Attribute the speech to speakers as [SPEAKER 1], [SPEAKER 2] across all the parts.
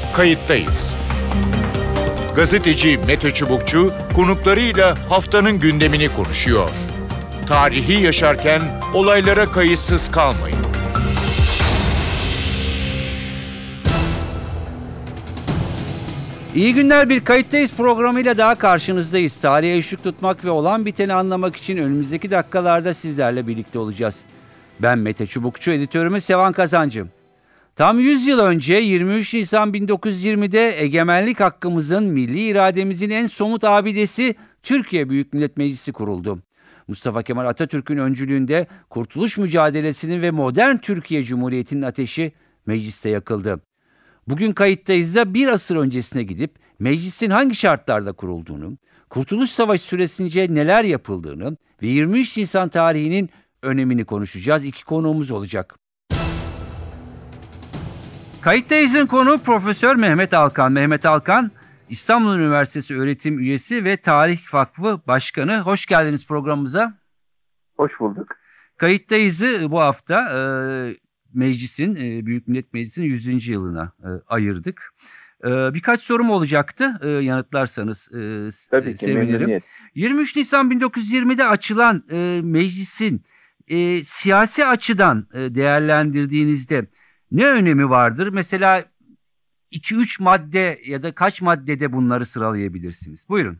[SPEAKER 1] Kayıttayız. Gazeteci Mete Çubukçu konuklarıyla haftanın gündemini konuşuyor. Tarihi yaşarken olaylara kayıtsız kalmayın.
[SPEAKER 2] İyi günler, bir Kayıttayız programıyla daha karşınızdayız. Tarihe ışık tutmak ve olan biteni anlamak için önümüzdeki dakikalarda sizlerle birlikte olacağız. Ben Mete Çubukçu, editörümüz Sevan Kazancı. Tam 100 yıl önce 23 Nisan 1920'de egemenlik hakkımızın, milli irademizin en somut abidesi Türkiye Büyük Millet Meclisi kuruldu. Mustafa Kemal Atatürk'ün öncülüğünde kurtuluş mücadelesinin ve modern Türkiye Cumhuriyeti'nin ateşi mecliste yakıldı. Bugün Kayıttayız da bir asır öncesine gidip meclisin hangi şartlarda kurulduğunu, Kurtuluş Savaşı süresince neler yapıldığını ve 23 Nisan tarihinin önemini konuşacağız. İki konuğumuz olacak. Kayıttayız'ın konuğu Profesör Mehmet Alkan. Mehmet Alkan, İstanbul Üniversitesi öğretim üyesi ve Tarih Vakfı Başkanı. Hoş geldiniz programımıza.
[SPEAKER 3] Hoş bulduk.
[SPEAKER 2] Kayıttayız'ı bu hafta meclisin, Büyük Millet Meclisi'nin 100. yılına ayırdık. Birkaç sorum olacaktı, yanıtlarsanız
[SPEAKER 3] Tabii ki,
[SPEAKER 2] sevinirim.
[SPEAKER 3] memnuniyet.
[SPEAKER 2] 23 Nisan 1920'de açılan meclisin siyasi açıdan değerlendirdiğinizde ne önemi vardır? Mesela 2-3 madde ya da kaç maddede bunları sıralayabilirsiniz? Buyurun.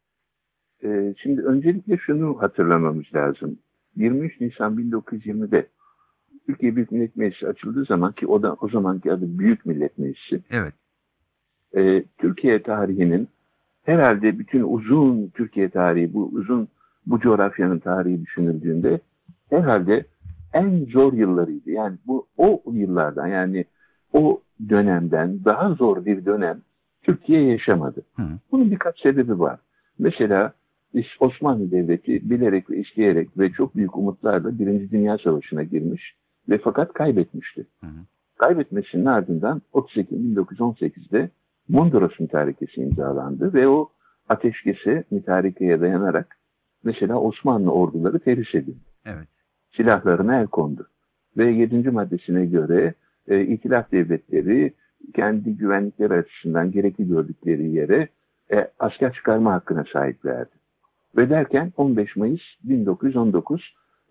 [SPEAKER 3] Şimdi öncelikle şunu hatırlamamız lazım. 23 Nisan 1920'de Türkiye Büyük Millet Meclisi açıldığı zaman, ki o zamanki adı Büyük Millet Meclisi.
[SPEAKER 2] Evet.
[SPEAKER 3] Türkiye tarihinin herhalde bütün uzun Türkiye tarihi, bu coğrafyanın tarihi düşünüldüğünde herhalde en zor yıllarıydı. Yani o yıllardan, yani o dönemden daha zor bir dönem Türkiye yaşamadı. Bunun birkaç sebebi var. Mesela Osmanlı Devleti bilerek ve isteyerek ve çok büyük umutlarla Birinci Dünya Savaşı'na girmiş ve fakat kaybetmişti. Kaybetmesinin ardından 30 Ekim 1918'de Mondros Mütarekesi imzalandı ve o ateşkese, mütarekeye dayanarak mesela Osmanlı orduları terhis edildi.
[SPEAKER 2] Evet.
[SPEAKER 3] Silahlarına el kondu. Ve 7. maddesine göre İtilaf devletleri kendi güvenlikleri açısından gerekli gördükleri yere asker çıkarma hakkına sahiplerdi. Ve derken 15 Mayıs 1919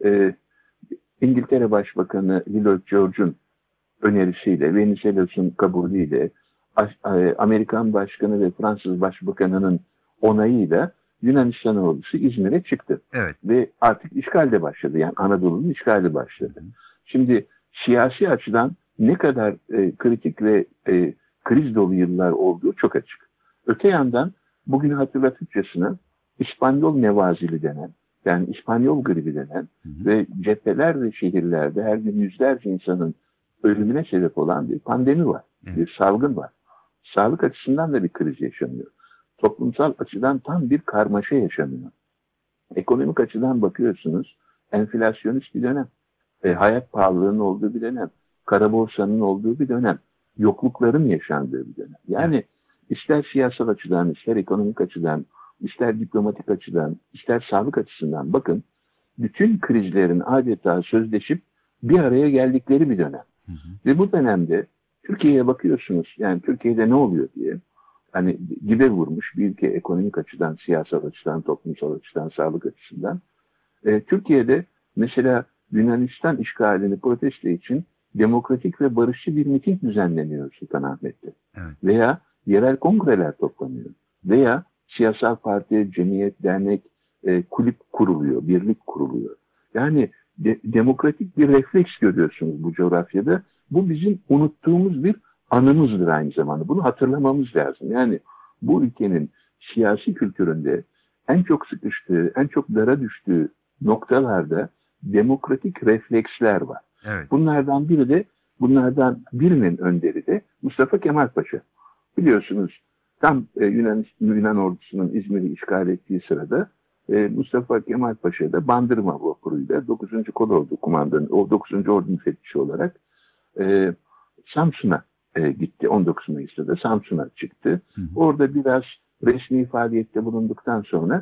[SPEAKER 3] İngiltere Başbakanı Lloyd George'un önerisiyle, Venizelos'un kabulüyle, Amerikan Başkanı ve Fransız Başbakanı'nın onayıyla Yunanistan ordusu İzmir'e çıktı.
[SPEAKER 2] Evet.
[SPEAKER 3] Ve artık işgalde başladı. Yani Anadolu'nun işgali başladı. Şimdi siyasi açıdan ne kadar kritik ve kriz dolu yıllar olduğu çok açık. Öte yandan bugün hatırlatıcısına İspanyol nevazili denen, yani İspanyol gribi denen ve cepheler ve şehirlerde her gün yüzlerce insanın ölümüne sebep olan bir pandemi var. Bir salgın var. Sağlık açısından da bir kriz yaşanıyor. Toplumsal açıdan tam bir karmaşa yaşanıyor. Ekonomik açıdan bakıyorsunuz, enflasyonist bir dönem. Hayat pahalılığının olduğu bir dönem. Kara borsanın olduğu bir dönem. Yoklukların yaşandığı bir dönem. Yani ister siyasal açıdan, ister ekonomik açıdan, ister diplomatik açıdan, ister sağlık açısından bakın, bütün krizlerin adeta sözleşip bir araya geldikleri bir dönem. Ve bu dönemde Türkiye'ye bakıyorsunuz, yani Türkiye'de ne oluyor diye, hani dibe vurmuş bir ülke ekonomik açıdan, siyasal açıdan, toplumsal açıdan, sağlık açısından. Türkiye'de mesela Yunanistan işgalini protesto için demokratik ve barışçı bir miting düzenleniyor Sultanahmet'te. Evet. Veya yerel kongreler toplanıyor. Veya siyasal parti, cemiyet, dernek, kulüp kuruluyor, birlik kuruluyor. Yani demokratik bir refleks görüyorsunuz bu coğrafyada. Bu bizim unuttuğumuz bir anımızdır aynı zamanda. Bunu hatırlamamız lazım. Yani bu ülkenin siyasi kültüründe en çok sıkıştığı, en çok dara düştüğü noktalarda demokratik refleksler var. Evet. Bunlardan birinin önderi de Mustafa Kemal Paşa. Biliyorsunuz tam Yunan ordusunun İzmir'i işgal ettiği sırada Mustafa Kemal Paşa da Bandırma vapuruyla 9. Kolordu kumandanı, o 9. Ordu müfettişi olarak Samsun'a gitti. 19 Mayıs'ta da Samsun'a çıktı. Orada biraz resmi faaliyette bulunduktan sonra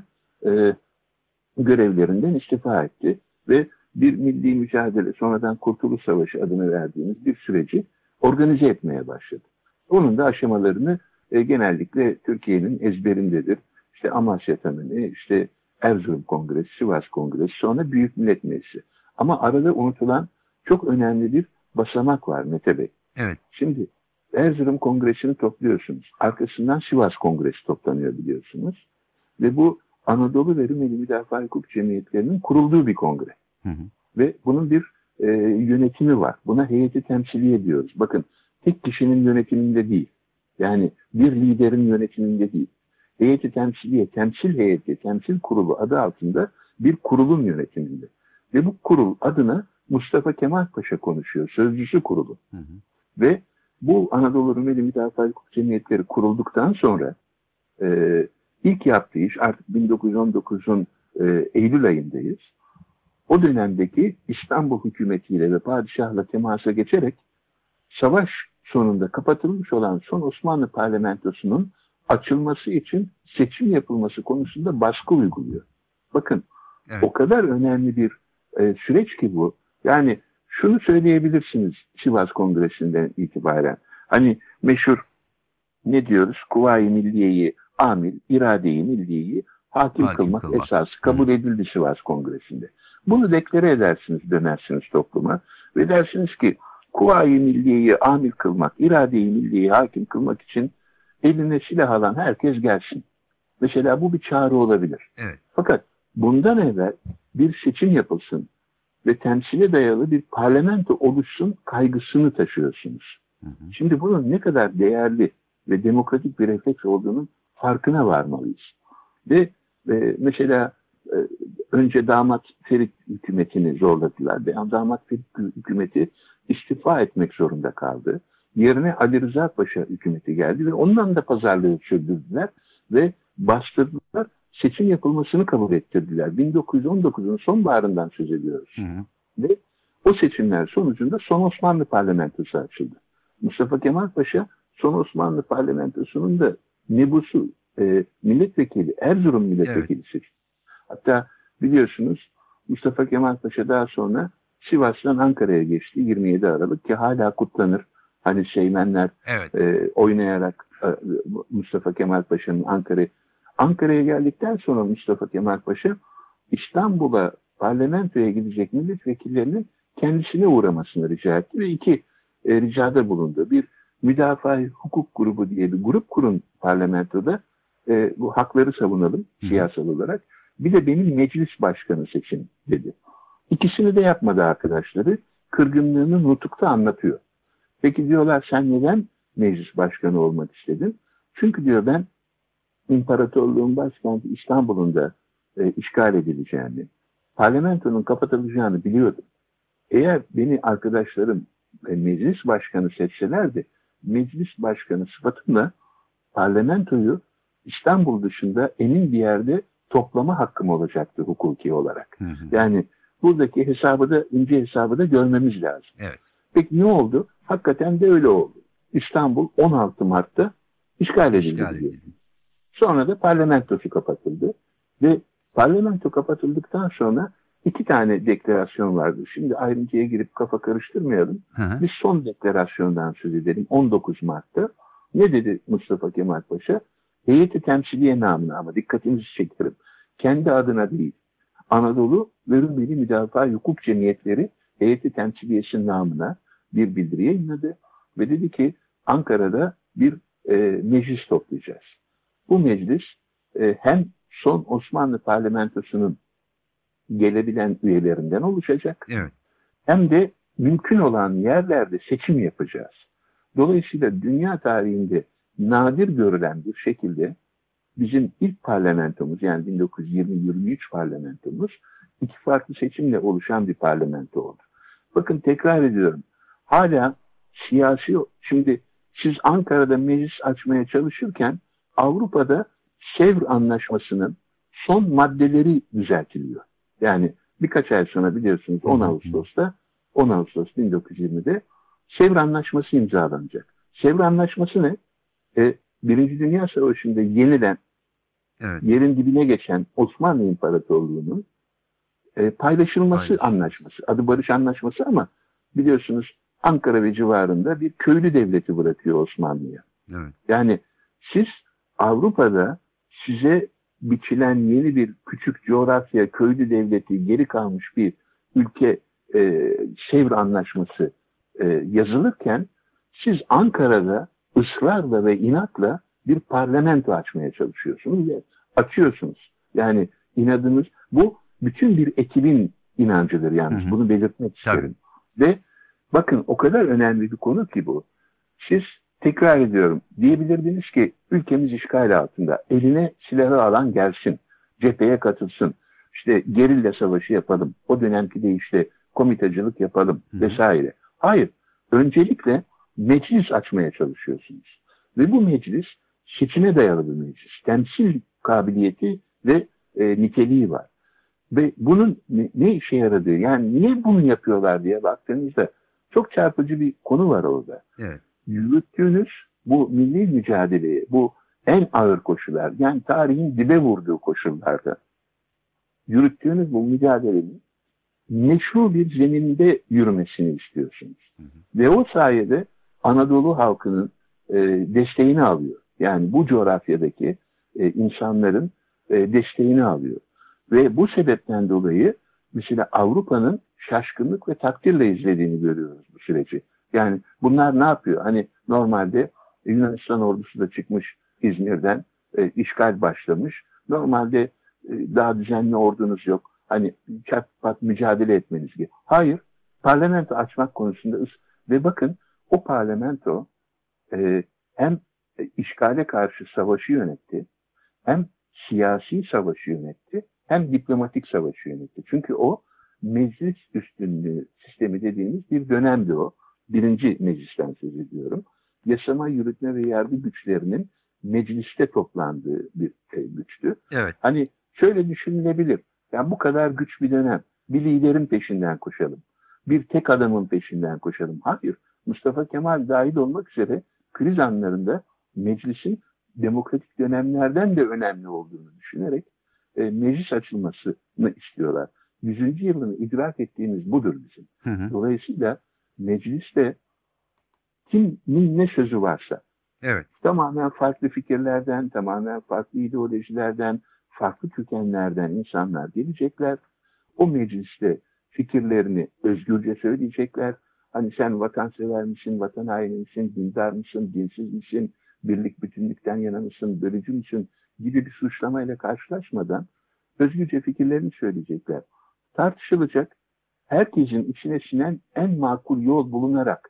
[SPEAKER 3] görevlerinden istifa etti ve bir milli mücadele, sonradan Kurtuluş Savaşı adını verdiğimiz bir süreci organize etmeye başladı. Onun da aşamalarını genellikle Türkiye'nin ezberindedir. İşte Amasya Temeli, işte Erzurum Kongresi, Sivas Kongresi, sonra Büyük Millet Meclisi. Ama arada unutulan çok önemli bir basamak var Mete Bey.
[SPEAKER 2] Evet.
[SPEAKER 3] Şimdi Erzurum Kongresi'ni topluyorsunuz. Arkasından Sivas Kongresi toplanıyor biliyorsunuz. Ve bu Anadolu ve Rumeli Müdafaa Hukuk Cemiyetlerinin kurulduğu bir kongre.
[SPEAKER 2] Hı hı.
[SPEAKER 3] Ve bunun bir yönetimi var. Buna heyeti temsiliye diyoruz. Bakın tek kişinin yönetiminde değil. Yani bir liderin yönetiminde değil. Heyeti temsiliye, temsil heyeti, temsil kurulu adı altında bir kurulun yönetiminde. Ve bu kurul adına Mustafa Kemal Paşa konuşuyor. Sözcüsü kurulu.
[SPEAKER 2] Hı hı.
[SPEAKER 3] Ve bu Anadolu Rumeli Müdafaa Hukuk Cemiyetleri kurulduktan sonra ilk yaptığı iş artık 1919'un Eylül ayındayız. O dönemdeki İstanbul hükümetiyle ve padişahla temasa geçerek savaş sonunda kapatılmış olan son Osmanlı parlamentosunun açılması için seçim yapılması konusunda baskı uyguluyor. Bakın
[SPEAKER 2] Evet.
[SPEAKER 3] o kadar önemli bir süreç ki bu. Yani şunu söyleyebilirsiniz Sivas Kongresi'nden itibaren. Hani meşhur ne diyoruz? Kuvayi Milliye'yi amil, irade-i milliyeyi hakim kılmak esası kabul edildi Sivas Kongresi'nde. Bunu deklare edersiniz, dönersiniz topluma ve dersiniz ki Kuvayi Milliye'yi amil kılmak, irade-i milliyeyi hakim kılmak için eline silah alan herkes gelsin. Mesela bu bir çağrı olabilir.
[SPEAKER 2] Evet.
[SPEAKER 3] Fakat bundan evvel bir seçim yapılsın ve temsile dayalı bir parlamento oluşsun kaygısını taşıyorsunuz.
[SPEAKER 2] Hı hı.
[SPEAKER 3] Şimdi bunun ne kadar değerli ve demokratik bir refleks olduğunun farkına varmalıyız. Ve mesela önce damat Ferit hükümetini zorladılar. Damat Ferit hükümeti istifa etmek zorunda kaldı. Yerine Ali Rıza Paşa hükümeti geldi ve ondan da pazarlığı sürdürdüler ve bastırdılar. Seçim yapılmasını kabul ettirdiler. 1919'un sonbaharından söz ediyoruz.
[SPEAKER 2] Hı hı.
[SPEAKER 3] Ve o seçimler sonucunda Son Osmanlı Parlamentosu açıldı. Mustafa Kemal Paşa Son Osmanlı Parlamentosu'nun da nebusu milletvekili, Erzurum milletvekili seçti. Hatta biliyorsunuz Mustafa Kemal Paşa daha sonra Sivas'tan Ankara'ya geçti 27 Aralık ki hala kutlanır. Hani Seymenler oynayarak Mustafa Kemal Paşa'nın Ankara'ya geldikten sonra Mustafa Kemal Paşa İstanbul'a parlamentoya gidecek milletvekillerinin kendisine uğramasını rica etti ve iki ricada bulundu. Bir müdafaa hukuk grubu diye bir grup kurun parlamentoda bu hakları savunalım siyasal olarak. Bir de benim meclis başkanı seçin dedi. İkisini de yapmadı arkadaşları. Kırgınlığını nutukta anlatıyor. Peki diyorlar sen neden meclis başkanı olmak istedin? Çünkü diyor ben imparatorluğun başkenti İstanbul'un da işgal edileceğini, parlamentonun kapatılacağını biliyordum. Eğer beni arkadaşlarım meclis başkanı seçselerdi, meclis başkanı sıfatımla parlamentoyu İstanbul dışında emin bir yerde toplama hakkım olacaktı hukuki olarak.
[SPEAKER 2] Hı hı.
[SPEAKER 3] Yani buradaki ince hesabı da görmemiz lazım.
[SPEAKER 2] Evet.
[SPEAKER 3] Peki ne oldu? Hakikaten de öyle oldu. İstanbul 16 Mart'ta işgal edildi. Sonra da parlamentosu kapatıldı. Ve parlamento kapatıldıktan sonra 2 tane deklarasyon vardı. Şimdi ayrıntıya girip kafa karıştırmayalım.
[SPEAKER 2] Hı hı.
[SPEAKER 3] Biz son deklarasyondan söz edelim. 19 Mart'ta ne dedi Mustafa Kemal Paşa? Heyeti temsiliye namına ama dikkatinizi çekerim. Kendi adına değil. Anadolu ve Rumeli Müdafaa Hukuk Cemiyetleri heyeti temsiliyesi namına bir bildiri yayınladı ve dedi ki Ankara'da bir meclis toplayacağız. Bu meclis hem son Osmanlı parlamentosunun gelebilen üyelerinden oluşacak hem de mümkün olan yerlerde seçim yapacağız. Dolayısıyla dünya tarihinde nadir görülen bir şekilde bizim ilk parlamentomuz yani 1920-23 parlamentomuz 2 farklı seçimle oluşan bir parlamento oldu. Bakın tekrar ediyorum. Hala siyasi, şimdi siz Ankara'da meclis açmaya çalışırken Avrupa'da Sevr Anlaşması'nın son maddeleri düzeltiliyor. Yani birkaç ay sonra biliyorsunuz 10 Ağustos 1920'de Sevr Anlaşması imzalanacak. Sevr Anlaşması ne? Birinci Dünya Savaşı'nda yenilen, yerin dibine geçen Osmanlı İmparatorluğu'nun paylaşılması anlaşması. Adı barış anlaşması ama biliyorsunuz Ankara ve civarında bir köylü devleti bırakıyor Osmanlı'ya.
[SPEAKER 2] Evet.
[SPEAKER 3] Yani siz Avrupa'da size biçilen yeni bir küçük coğrafya, köylü devleti, geri kalmış bir ülke Sevr Anlaşması yazılırken siz Ankara'da ısrarla ve inatla bir parlamento açmaya çalışıyorsunuz ve açıyorsunuz. Yani inadınız, bu bütün bir ekibin inancıdır yalnız. Bunu belirtmek isterim. Ve bakın, o kadar önemli bir konu ki bu. Siz, tekrar ediyorum, diyebilirdiniz ki ülkemiz işgal altında. Eline silahı alan gelsin, cepheye katılsın. İşte gerilla savaşı yapalım. O dönemki deyişle komitacılık yapalım vesaire. Hayır. Öncelikle meclis açmaya çalışıyorsunuz. Ve bu meclis seçime dayalı bir meclis. Temsil kabiliyeti ve niteliği var. Ve bunun ne işe yaradığı, yani niye bunu yapıyorlar diye baktığınızda çok çarpıcı bir konu var orada.
[SPEAKER 2] Evet.
[SPEAKER 3] Yürüttüğünüz bu milli mücadeleye, bu en ağır koşullar, yani tarihin dibe vurduğu koşullarda yürüttüğünüz bu mücadelenin meşru bir zeminde yürümesini istiyorsunuz. Ve o sayede Anadolu halkının desteğini alıyor. Yani bu coğrafyadaki insanların desteğini alıyor. Ve bu sebepten dolayı mesela Avrupa'nın şaşkınlık ve takdirle izlediğini görüyoruz bu süreci. Yani bunlar ne yapıyor? Hani normalde Yunanistan ordusu da çıkmış İzmir'den, işgal başlamış. Normalde daha düzenli ordunuz yok. Hani çat mücadele etmeniz gibi. Hayır, parlamento açmak konusunda ve bakın, o parlamento hem işgale karşı savaşı yönetti, hem siyasi savaşı yönetti, hem diplomatik savaşı yönetti. Çünkü o meclis üstünlüğü sistemi dediğimiz bir dönemdi o. Birinci meclisten söz ediyorum. Yasama, yürütme ve yargı güçlerinin mecliste toplandığı bir güçtü.
[SPEAKER 2] Evet.
[SPEAKER 3] Hani şöyle düşünülebilir. Yani bu kadar güç bir dönem. Bir liderin peşinden koşalım. Bir tek adamın peşinden koşalım. Hayır. Mustafa Kemal dahil olmak üzere kriz anlarında meclisin demokratik dönemlerden de önemli olduğunu düşünerek meclis açılmasını istiyorlar. 100. yılını idrak ettiğimiz budur bizim. Dolayısıyla mecliste kimin ne sözü varsa,
[SPEAKER 2] evet,
[SPEAKER 3] tamamen farklı fikirlerden, tamamen farklı ideolojilerden, farklı kökenlerden insanlar gelecekler. O mecliste fikirlerini özgürce söyleyecekler. Hani sen vatansever misin, vatan haini misin, dindar mısın, dinsiz misin, birlik bütünlükten yana mısın, bölücü müsün gibi bir suçlamayla karşılaşmadan özgürce fikirlerini söyleyecekler. Tartışılacak, herkesin içine sinen en makul yol bulunarak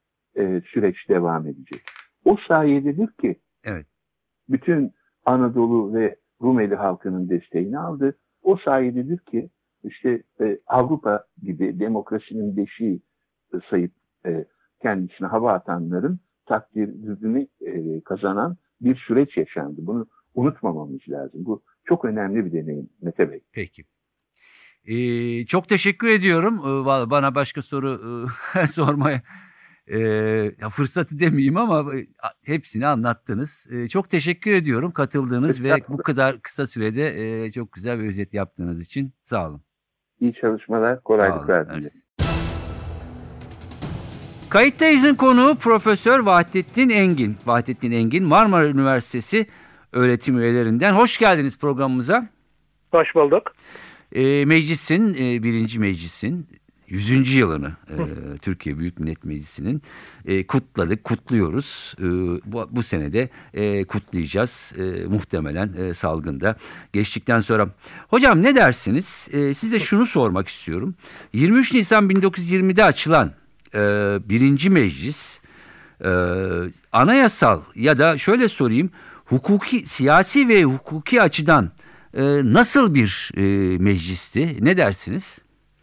[SPEAKER 3] süreç devam edecek. O sayededir ki
[SPEAKER 2] evet,
[SPEAKER 3] bütün Anadolu ve Rumeli halkının desteğini aldı. O sayededir ki işte Avrupa gibi demokrasinin beşiği sayıp kendisine hava atanların takdirini kazanan bir süreç yaşandı. Bunu unutmamamız lazım. Bu çok önemli bir deneyim Mete Bey.
[SPEAKER 2] peki. Çok teşekkür ediyorum. Bana başka soru sormaya fırsatı demeyeyim ama hepsini anlattınız. Çok teşekkür ediyorum katıldığınız ve bu kadar kısa sürede çok güzel bir özet yaptığınız için. Sağ olun.
[SPEAKER 3] İyi çalışmalar, kolaylıklar dilerim.
[SPEAKER 2] Kayıttayız'ın konuğu Profesör Vahdettin Engin. Vahdettin Engin, Marmara Üniversitesi öğretim üyelerinden. Hoş geldiniz programımıza.
[SPEAKER 4] Hoş bulduk.
[SPEAKER 2] Meclisin, birinci meclisin 100. yılını Türkiye Büyük Millet Meclisi'nin kutluyoruz. Bu sene de kutlayacağız muhtemelen salgında geçtikten sonra. Hocam ne dersiniz? Size şunu sormak istiyorum. 23 Nisan 1920'de açılan birinci meclis anayasal ya da şöyle sorayım, siyasi ve hukuki açıdan nasıl bir meclisti? Ne dersiniz?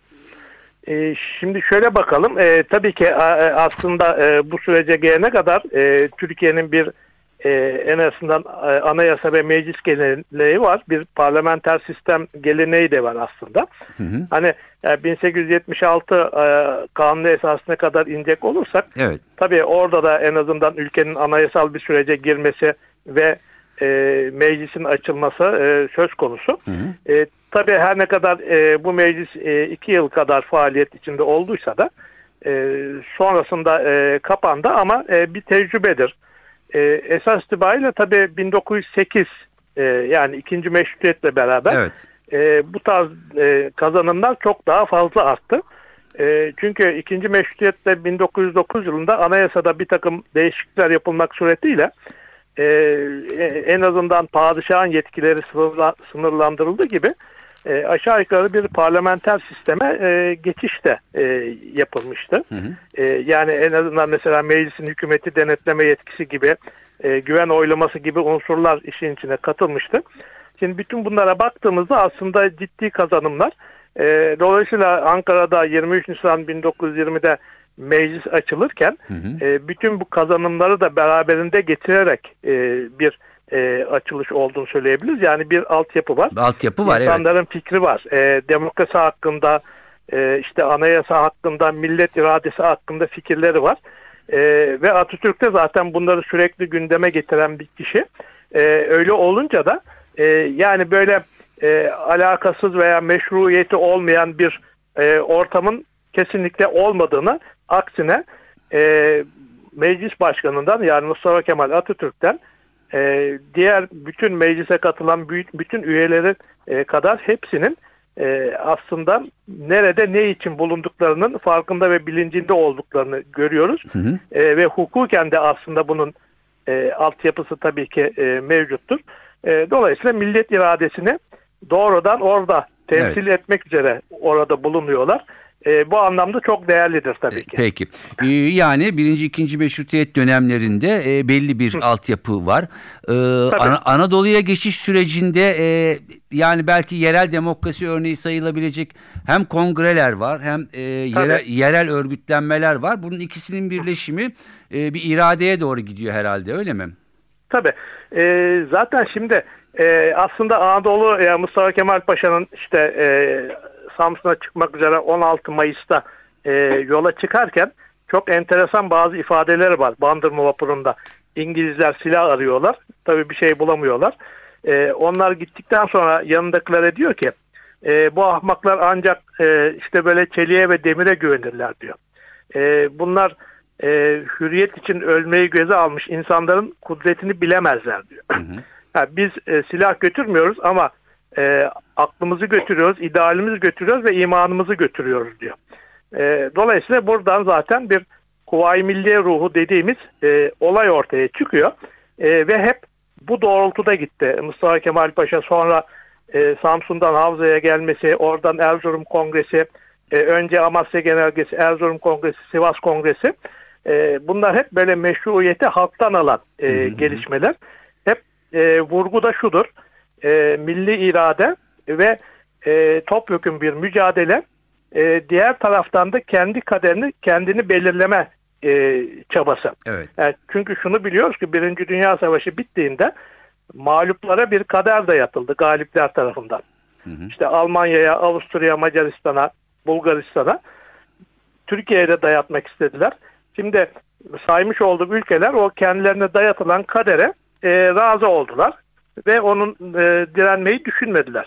[SPEAKER 4] Şimdi şöyle bakalım. Tabii ki aslında bu sürece gelene kadar Türkiye'nin bir en azından anayasa ve meclis geleneği var. Bir parlamenter sistem geleneği de var aslında. Hani 1876 kanunu esasına kadar inecek olursak,
[SPEAKER 2] evet,
[SPEAKER 4] tabii orada da en azından ülkenin anayasal bir sürece girmesi ve meclisin açılması söz konusu. Tabii her ne kadar bu meclis 2 yıl kadar faaliyet içinde olduysa da sonrasında kapandı ama bir tecrübedir. Esas itibariyle tabii 1908 yani ikinci meşrutiyetle beraber bu tarz kazanımlar çok daha fazla arttı. Çünkü ikinci meşrutiyette 1909 yılında anayasada bir takım değişiklikler yapılmak suretiyle en azından padişahın yetkileri sınırlandırıldığı gibi aşağı yukarı bir parlamenter sisteme geçiş de yapılmıştı. Yani en azından mesela meclisin hükümeti denetleme yetkisi gibi, güven oylaması gibi unsurlar işin içine katılmıştı. Şimdi bütün bunlara baktığımızda aslında ciddi kazanımlar. Dolayısıyla Ankara'da 23 Nisan 1920'de meclis açılırken bütün bu kazanımları da beraberinde getirerek bir açılış olduğunu söyleyebiliriz. Yani bir altyapı var.
[SPEAKER 2] Altyapı var,
[SPEAKER 4] İnsanların fikri var. Demokrasi hakkında, işte anayasa hakkında, millet iradesi hakkında fikirleri var. Ve Atatürk de zaten bunları sürekli gündeme getiren bir kişi. Öyle olunca da yani böyle alakasız veya meşruiyeti olmayan bir ortamın kesinlikle olmadığını, aksine meclis başkanından yani Mustafa Kemal Atatürk'ten diğer bütün meclise katılan bütün üyeleri kadar hepsinin aslında nerede ne için bulunduklarının farkında ve bilincinde olduklarını görüyoruz. Ve hukuken de aslında bunun altyapısı tabii ki mevcuttur. Dolayısıyla millet iradesini doğrudan orada temsil etmek üzere orada bulunuyorlar. Bu anlamda çok değerlidir tabii ki.
[SPEAKER 2] Peki. Yani 1. 2. Meşrutiyet dönemlerinde belli bir altyapı var. Anadolu'ya geçiş sürecinde yani belki yerel demokrasi örneği sayılabilecek hem kongreler var hem yerel örgütlenmeler var. Bunun ikisinin birleşimi bir iradeye doğru gidiyor herhalde, öyle mi?
[SPEAKER 4] Tabii. Zaten şimdi aslında Anadolu Mustafa Kemal Paşa'nın işte Samsun'a çıkmak üzere 16 Mayıs'ta yola çıkarken çok enteresan bazı ifadeleri var. Bandırma vapurunda İngilizler silah arıyorlar. Tabii bir şey bulamıyorlar. Onlar gittikten sonra yanındakilere diyor ki bu ahmaklar ancak işte böyle çeliğe ve demire güvenirler diyor. Bunlar hürriyet için ölmeyi göze almış insanların kudretini bilemezler diyor. Yani biz silah götürmüyoruz ama aklımızı götürüyoruz, idealimizi götürüyoruz ve imanımızı götürüyoruz diyor. Dolayısıyla buradan zaten bir Kuvayi Milliye ruhu dediğimiz olay ortaya çıkıyor. Ve hep bu doğrultuda gitti. Mustafa Kemal Paşa sonra Samsun'dan Havza'ya gelmesi, oradan Erzurum Kongresi, önce Amasya Genelgesi, Erzurum Kongresi, Sivas Kongresi. Bunlar hep böyle meşruiyeti halktan alan gelişmeler. Hep vurgu da şudur. Milli irade ve topyekun bir mücadele, diğer taraftan da kendi kaderini kendini belirleme çabası.
[SPEAKER 2] Evet.
[SPEAKER 4] Yani çünkü şunu biliyoruz ki 1. Dünya Savaşı bittiğinde mağluplara bir kader dayatıldı galipler tarafından. İşte Almanya'ya, Avusturya'ya, Macaristan'a, Bulgaristan'a, Türkiye'ye de dayatmak istediler. Şimdi saymış olduğum ülkeler o kendilerine dayatılan kadere razı oldular ve onun direnmeyi düşünmediler.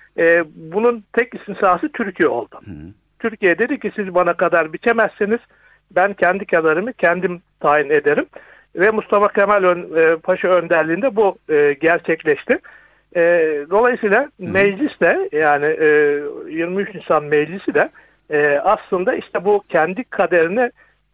[SPEAKER 4] Bunun tek istisnası Türkiye oldu. Türkiye dedi ki siz bana kader biçemezsiniz. Ben kendi kaderimi kendim tayin ederim. Ve Mustafa Kemal Paşa önderliğinde bu gerçekleşti. Dolayısıyla meclis de yani 23 Nisan Meclisi de aslında işte bu kendi kaderini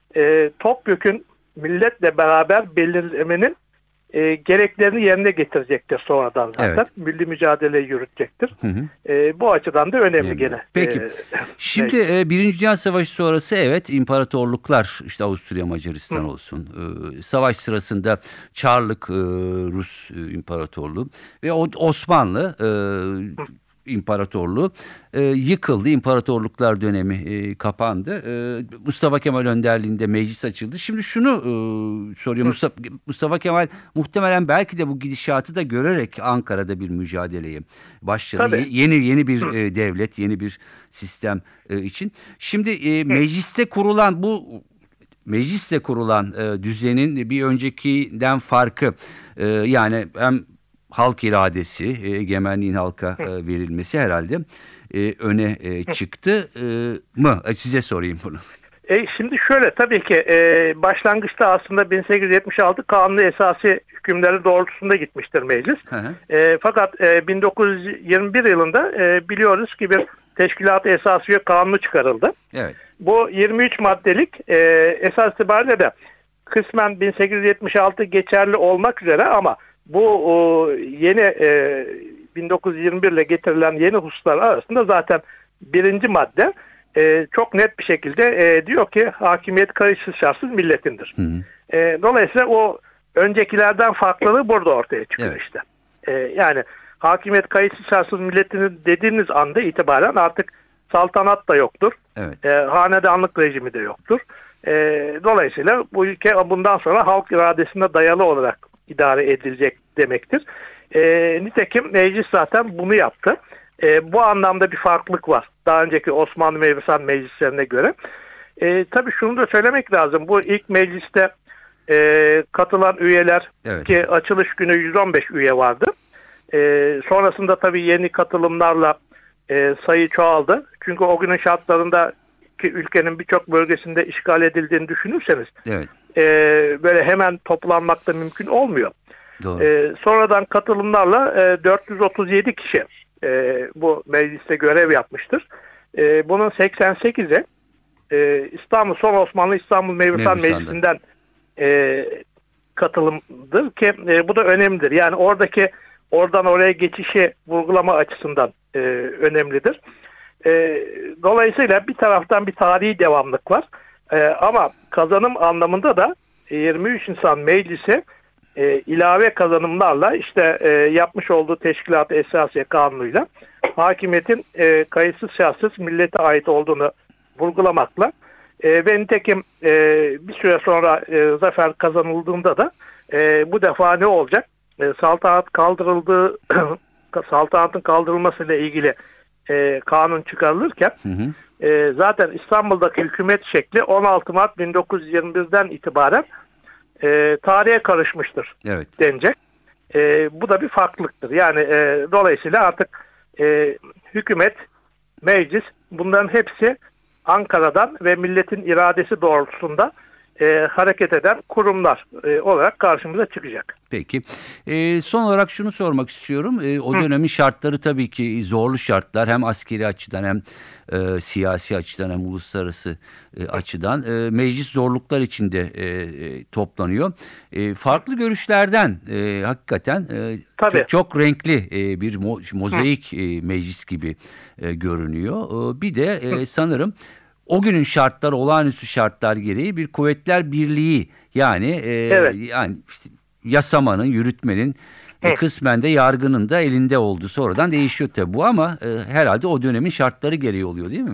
[SPEAKER 4] topyekün milletle beraber belirlemenin gereklerini yerine getirecektir sonradan zaten.
[SPEAKER 2] Evet.
[SPEAKER 4] Milli mücadeleyi yürütecektir. Bu açıdan da önemli gene.
[SPEAKER 2] Peki. Şimdi Birinci Dünya Savaşı sonrası imparatorluklar, işte Avusturya Macaristan olsun, savaş sırasında Çarlık Rus İmparatorluğu ve Osmanlı İmparatorluğu yıkıldı. İmparatorluklar dönemi kapandı. Mustafa Kemal önderliğinde meclis açıldı. Şimdi şunu soruyor. Mustafa Kemal muhtemelen belki de bu gidişatı da görerek Ankara'da bir mücadeleye başladı.
[SPEAKER 4] Tabii.
[SPEAKER 2] Yeni bir devlet, yeni bir sistem için. Şimdi mecliste kurulan düzenin bir öncekinden farkı yani hem halk iradesi, egemenliğin halka verilmesi herhalde öne çıktı mı? Size sorayım bunu.
[SPEAKER 4] Şimdi şöyle, tabii ki başlangıçta aslında 1876 kanunu esası hükümleri doğrultusunda gitmiştir meclis.
[SPEAKER 2] Hı hı.
[SPEAKER 4] Fakat 1921 yılında biliyoruz ki bir teşkilat-ı esasiye kanunu çıkarıldı.
[SPEAKER 2] Evet.
[SPEAKER 4] Bu 23 maddelik esas itibariyle de kısmen 1876 geçerli olmak üzere, ama bu yeni 1921 ile getirilen yeni hususlar arasında zaten birinci madde çok net bir şekilde diyor ki hakimiyet kayıtsız şartsız milletindir.
[SPEAKER 2] Hı hı.
[SPEAKER 4] Dolayısıyla o öncekilerden farklılığı burada ortaya çıkıyor
[SPEAKER 2] Evet.
[SPEAKER 4] işte. Yani hakimiyet kayıtsız şartsız milletinin dediğiniz anda itibaren artık saltanat da yoktur.
[SPEAKER 2] Evet.
[SPEAKER 4] Hanedanlık rejimi de yoktur. Dolayısıyla bu ülke bundan sonra halk iradesine dayalı olarak idare edilecek demektir. Nitekim meclis zaten bunu yaptı. Bu anlamda bir farklılık var daha önceki Osmanlı Mebusan meclislerine göre. Tabii şunu da söylemek lazım. Bu ilk mecliste katılan üyeler,
[SPEAKER 2] Evet.
[SPEAKER 4] ki açılış günü 115 üye vardı. Sonrasında tabii yeni katılımlarla sayı çoğaldı. Çünkü o günün şartlarında ki ülkenin birçok bölgesinde işgal edildiğini düşünürseniz
[SPEAKER 2] Evet.
[SPEAKER 4] böyle hemen toplanmak da mümkün olmuyor.
[SPEAKER 2] Doğru.
[SPEAKER 4] Sonradan katılımlarla 437 kişi bu mecliste görev yapmıştır. Bunun 88'i İstanbul Son Osmanlı İstanbul Mebusan
[SPEAKER 2] Mebusan'da.
[SPEAKER 4] Meclisi'nden katılımdır ki bu da önemlidir. Yani oradan oraya geçişi vurgulama açısından önemlidir. Dolayısıyla bir taraftan bir tarihi devamlık var. Ama kazanım anlamında da 23 Nisan Meclisi ilave kazanımlarla işte yapmış olduğu Teşkilat-ı Esasiye Kanunu'yla hakimiyetin kayıtsız şartsız millete ait olduğunu vurgulamakla ve nitekim bir süre sonra zafer kazanıldığında da bu defa ne olacak? Saltanatın kaldırılmasıyla ilgili kanun çıkarılırken
[SPEAKER 2] Hı hı.
[SPEAKER 4] zaten İstanbul'daki hükümet şekli 16 Mart 1921'den itibaren tarihe karışmıştır
[SPEAKER 2] Evet.
[SPEAKER 4] denecek. Bu da bir farklılıktır. Yani dolayısıyla artık hükümet, meclis, bunların hepsi Ankara'dan ve milletin iradesi doğrultusunda hareket eden kurumlar olarak karşımıza çıkacak.
[SPEAKER 2] Peki. Son olarak şunu sormak istiyorum. O dönemin şartları tabii ki zorlu şartlar. Hem askeri açıdan hem siyasi açıdan hem uluslararası açıdan. Meclis zorluklar içinde toplanıyor. Farklı görüşlerden hakikaten
[SPEAKER 4] Tabii.
[SPEAKER 2] çok renkli bir mozaik meclis gibi görünüyor. Bir de sanırım o günün şartları, olağanüstü şartlar gereği bir kuvvetler birliği, yani
[SPEAKER 4] Evet.
[SPEAKER 2] yani işte yasamanın, yürütmenin, kısmen de yargının da elinde olduğu sonradan değişiyor tabii bu, ama herhalde o dönemin şartları gereği oluyor, değil mi?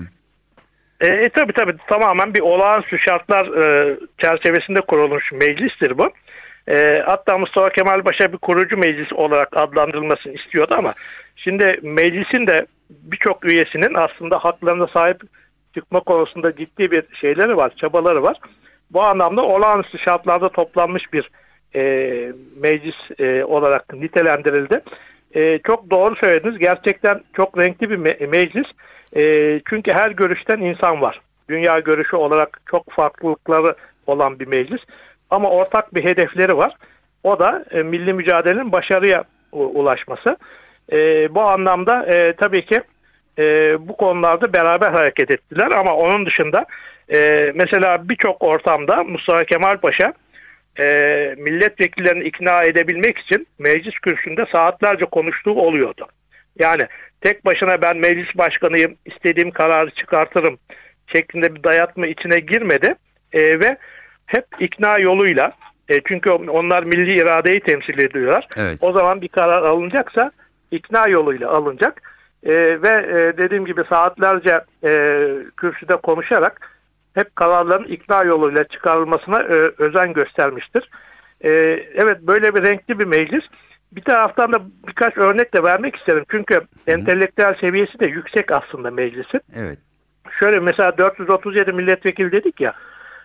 [SPEAKER 4] Tabii tamamen bir olağanüstü şartlar çerçevesinde kurulmuş meclistir bu. Hatta Mustafa Kemal Paşa bir kurucu meclis olarak adlandırılmasını istiyordu, ama şimdi meclisin de birçok üyesinin aslında haklarına sahip çıkma konusunda ciddi bir şeyleri var, çabaları var. Bu anlamda olağanüstü şartlarda toplanmış bir meclis olarak nitelendirildi. Çok doğru söylediniz. Gerçekten çok renkli bir meclis. Çünkü her görüşten insan var. Dünya görüşü olarak çok farklılıkları olan bir meclis. Ama ortak bir hedefleri var. O da milli mücadelenin başarıya ulaşması. Bu anlamda tabii ki bu konularda beraber hareket ettiler, ama onun dışında mesela birçok ortamda Mustafa Kemal Paşa milletvekillerini ikna edebilmek için meclis kürsüsünde saatlerce konuştuğu oluyordu. Yani tek başına ben meclis başkanıyım, istediğim kararı çıkartırım şeklinde bir dayatma içine girmedi ve hep ikna yoluyla, çünkü onlar milli iradeyi temsil ediyorlar.
[SPEAKER 2] Evet.
[SPEAKER 4] O zaman bir karar alınacaksa ikna yoluyla alınacak. Ve dediğim gibi saatlerce kürsüde konuşarak hep kararların ikna yoluyla çıkarılmasına özen göstermiştir. Evet, böyle bir renkli bir meclis. Bir taraftan da birkaç örnek de vermek isterim. Çünkü entelektüel seviyesi de yüksek aslında meclisin.
[SPEAKER 2] Evet.
[SPEAKER 4] Şöyle mesela 437 milletvekili dedik ya,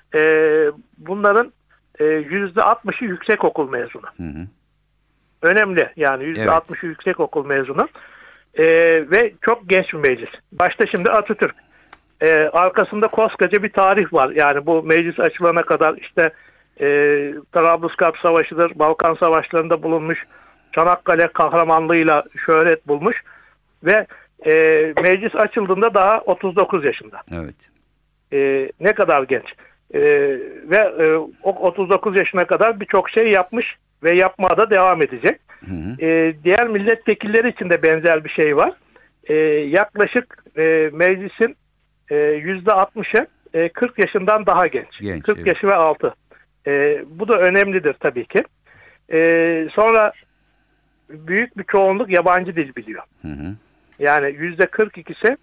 [SPEAKER 4] bunların %60'ı yüksekokul mezunu.
[SPEAKER 2] Hı hı.
[SPEAKER 4] Önemli, yani %60'ı yüksekokul mezunu. Ve çok genç bir meclis. Başta şimdi Atatürk. arkasında koskoca bir tarih var. Yani bu meclis açılana kadar işte Trablusgarp Savaşı'dır, Balkan Savaşları'nda bulunmuş, Çanakkale kahramanlığıyla şöhret bulmuş ve meclis açıldığında daha 39 yaşında.
[SPEAKER 2] Evet.
[SPEAKER 4] Ne kadar genç. Ve o 39 yaşına kadar birçok şey yapmış ve yapmaya da devam edecek. Diğer milletvekilleri için de benzer bir şey var. Yaklaşık meclisin %60'ı 40 yaşından daha genç. 40
[SPEAKER 2] evet.
[SPEAKER 4] yaşı ve altı. Bu da önemlidir tabii ki. Sonra büyük bir çoğunluk yabancı dil biliyor. Yani %42'si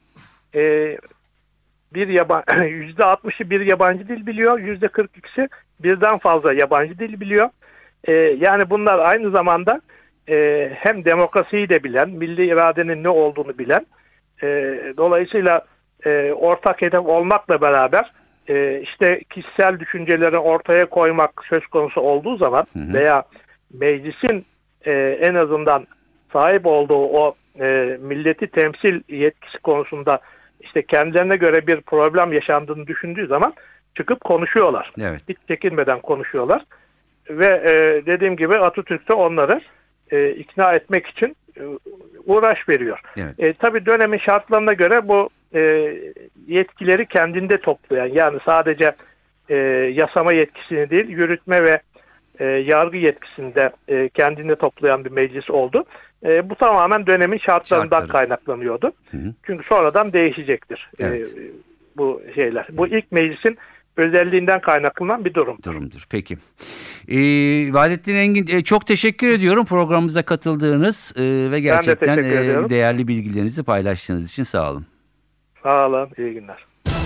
[SPEAKER 4] %60'ı bir yabancı dil biliyor. %42'si birden fazla yabancı dil biliyor. Yani bunlar aynı zamanda hem demokrasiyi de bilen, milli iradenin ne olduğunu bilen, dolayısıyla ortak hedef olmakla beraber işte kişisel düşünceleri ortaya koymak söz konusu olduğu zaman veya meclisin en azından sahip olduğu o milleti temsil yetkisi konusunda işte kendilerine göre bir problem yaşandığını düşündüğü zaman çıkıp konuşuyorlar.
[SPEAKER 2] Evet.
[SPEAKER 4] Hiç çekinmeden konuşuyorlar. Ve dediğim gibi Atatürk de onları ikna etmek için uğraş veriyor.
[SPEAKER 2] Evet.
[SPEAKER 4] Tabii dönemin şartlarına göre bu yetkileri kendinde toplayan, yani sadece yasama yetkisini değil, yürütme ve yargı yetkisini de kendinde toplayan bir meclis oldu. Bu tamamen dönemin şartlarından kaynaklanıyordu. Çünkü sonradan değişecektir bu şeyler. Bu ilk meclisin özelliğinden kaynaklanan bir durumdur.
[SPEAKER 2] Peki. Vahdettin Engin, çok teşekkür ediyorum programımıza katıldığınız ve gerçekten değerli bilgilerinizi paylaştığınız için sağ olun.
[SPEAKER 4] Sağ olun, iyi günler.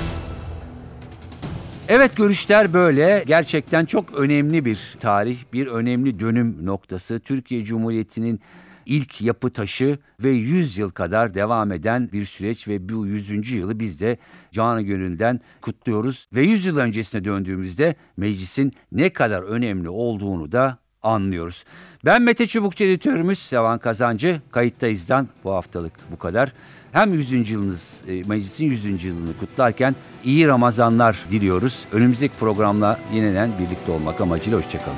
[SPEAKER 2] Evet, görüşler böyle. Gerçekten çok önemli bir tarih, bir önemli dönüm noktası. Türkiye Cumhuriyeti'nin ilk yapı taşı ve 100 yıl kadar devam eden bir süreç ve bu 100. yılı biz de canı gönülden kutluyoruz. Ve 100 yıl öncesine döndüğümüzde meclisin ne kadar önemli olduğunu da anlıyoruz. Ben Mete Çubukçu, editörümüz Sevan Kazancı. Kayıttayız'dan bu haftalık bu kadar. Hem 100. yılınız, meclisin 100. yılını kutlarken iyi Ramazanlar diliyoruz. Önümüzdeki programla yeniden birlikte olmak amacıyla hoşçakalın.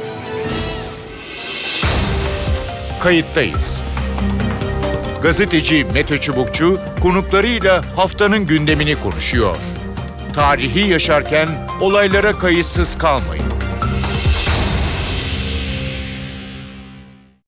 [SPEAKER 1] Kayıttayız. Gazeteci Mete Çubukçu konuklarıyla haftanın gündemini konuşuyor. Tarihi yaşarken olaylara kayıtsız kalmayın.